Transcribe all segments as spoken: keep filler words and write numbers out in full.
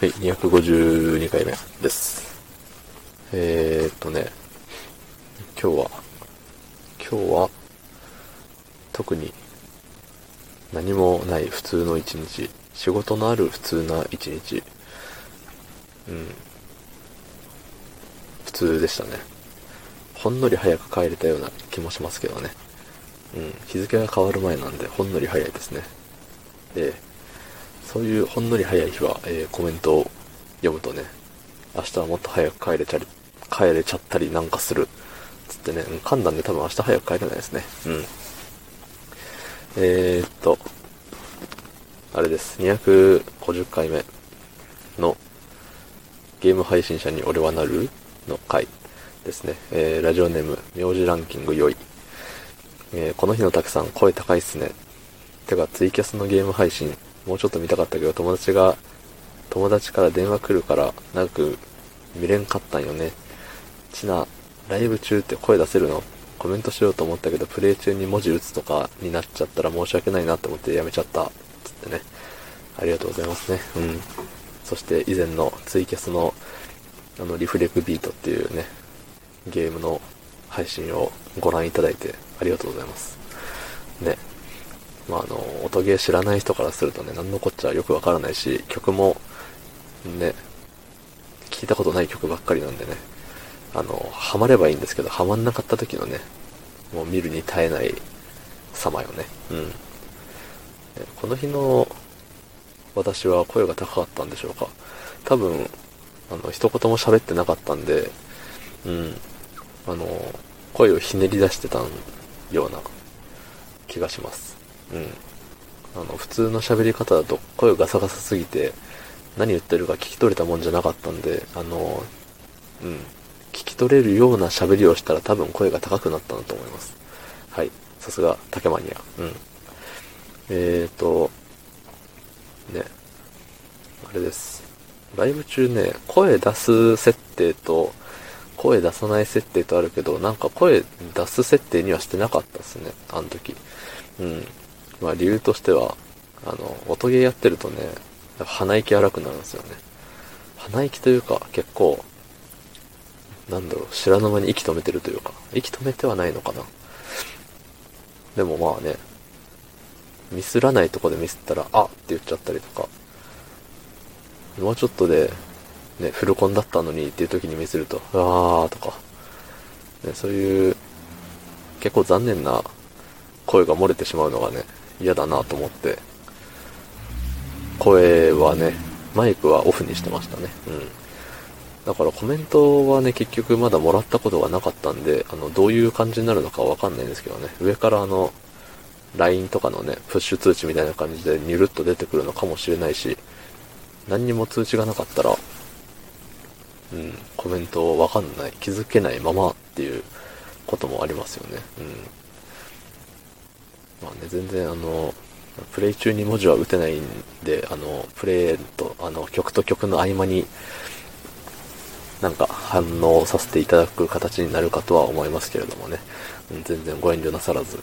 はい、にひゃくごじゅうにかいめです。えーっとね、今日は、今日は、特に何もない普通の一日、仕事のある普通な一日、うん、普通でしたね。ほんのり早く帰れたような気もしますけどね。うん、日付が変わる前なんで、ほんのり早いですね。で、そういうほんのり早い日は、えーコメントを読むとね、明日はもっと早く帰れちゃり、帰れちゃったりなんかする。つってね、噛んだんで多分明日早く帰れないですね。うん。えーっと、あれです。にひゃくごじゅっかいめのゲーム配信者に俺はなるの回ですね。えー、ラジオネーム、名字ランキング良い。えー、この日のたくさん声高いっすね。てか、ツイキャスのゲーム配信、もうちょっと見たかったけど、友達が、友達から電話来るから、長く見れんかったんよね。ちな、ライブ中って声出せるの？コメントしようと思ったけど、プレイ中に文字打つとかになっちゃったら申し訳ないなと思ってやめちゃった。つってね。ありがとうございますね。うん。そして以前のツイキャスの、あの、リフレクビートっていうね、ゲームの配信をご覧いただいてありがとうございます。ね。まあ、あの、音ゲー知らない人からするとね、なんのこっちゃよくわからないし、曲も、ね、聞いたことない曲ばっかりなんでね、あの、ハマればいいんですけど、ハマんなかった時のね、もう見るに耐えない様よね。うん。この日の私は声が高かったんでしょうか。多分、あの、一言も喋ってなかったんで、うん、あの、声をひねり出してたような気がします。うん。あの、普通の喋り方だと声ガサガサすぎて、何言ってるか聞き取れたもんじゃなかったんで、あの、うん。聞き取れるような喋りをしたら多分声が高くなったんだと思います。はい。さすが、竹マニア。うん。えーと、ね、あれです。ライブ中ね、声出す設定と、声出さない設定とあるけど、なんか声出す設定にはしてなかったですね、あの時。うん。まあ理由としては、あの、音ゲーやってるとね、鼻息荒くなるんですよね。鼻息というか、結構、なんだろう、知らぬ間に息止めてるというか、息止めてはないのかな。でもまあね、ミスらないとこでミスったら、あって言っちゃったりとか、もうちょっとで、ね、フルコンだったのにっていう時にミスると、あーとか、ね、そういう、結構残念な声が漏れてしまうのがね、嫌だなと思って、声はね、マイクはオフにしてましたね。うん。だからコメントはね、結局まだもらったことがなかったんで、あの、どういう感じになるのかわかんないんですけどね、上からあの、ライン とかのね、プッシュ通知みたいな感じでニュルっと出てくるのかもしれないし、何にも通知がなかったら、うん、コメントわかんない、気づけないままっていうこともありますよね。うん。まあね、全然あの、プレイ中に文字は打てないんで、あの、プレイと、あの、曲と曲の合間に、なんか反応させていただく形になるかとは思いますけれどもね。うん、全然ご遠慮なさらず。うん。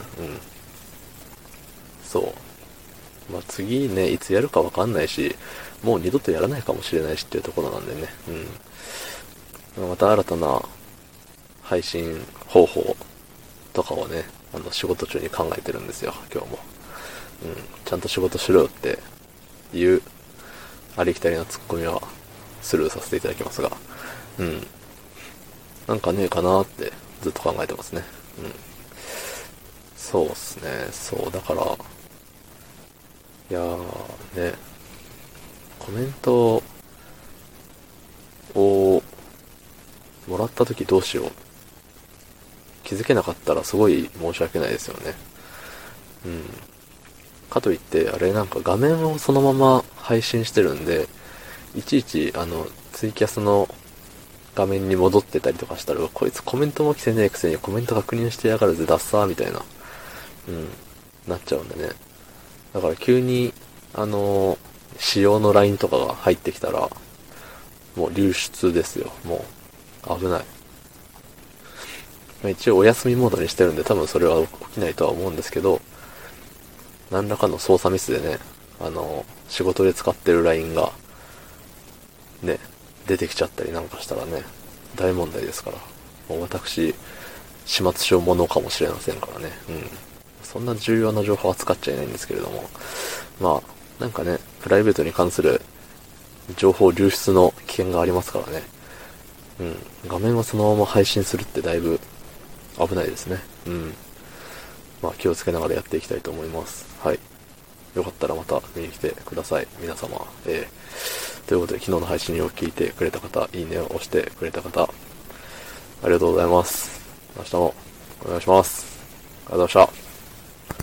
そう。まあ、次ね、いつやるかわかんないし、もう二度とやらないかもしれないしっていうところなんでね。うん。また新たな配信方法とかをね、あの、仕事中に考えてるんですよ、今日も。うん。ちゃんと仕事しろよっていう、ありきたりなツッコミはスルーさせていただきますが。うん。なんかねえかなってずっと考えてますね。うん。そうっすね。そう、だから、いやーね、コメントをもらった時どうしよう。気づけなかったらすごい申し訳ないですよね。うん。かといって、あれなんか画面をそのまま配信してるんで、いちいちあの、ツイキャスの画面に戻ってたりとかしたら、こいつコメントも来てねえくせにコメント確認してやがるぜ、ダッサーみたいな、うん、なっちゃうんでね。だから急に、あのー、仕様の ライン とかが入ってきたら、もう流出ですよ。もう、危ない。まあ、一応お休みモードにしてるんで多分それは起きないとは思うんですけど、何らかの操作ミスでね、あのー、仕事で使ってる ライン が、 ね、出てきちゃったりなんかしたらね、大問題ですから。もう私、始末書ものかもしれませんからね。うん。そんな重要な情報は扱っちゃいないんですけれども。まあ、なんかね、プライベートに関する情報流出の危険がありますからね。うん。画面をそのまま配信するってだいぶ危ないですね。うん。まあ気をつけながらやっていきたいと思います。はい。よかったらまた見に来てください。皆様。えー、ということで昨日の配信を聞いてくれた方、いいねを押してくれた方、ありがとうございます。明日もお願いします。ありがとうございました。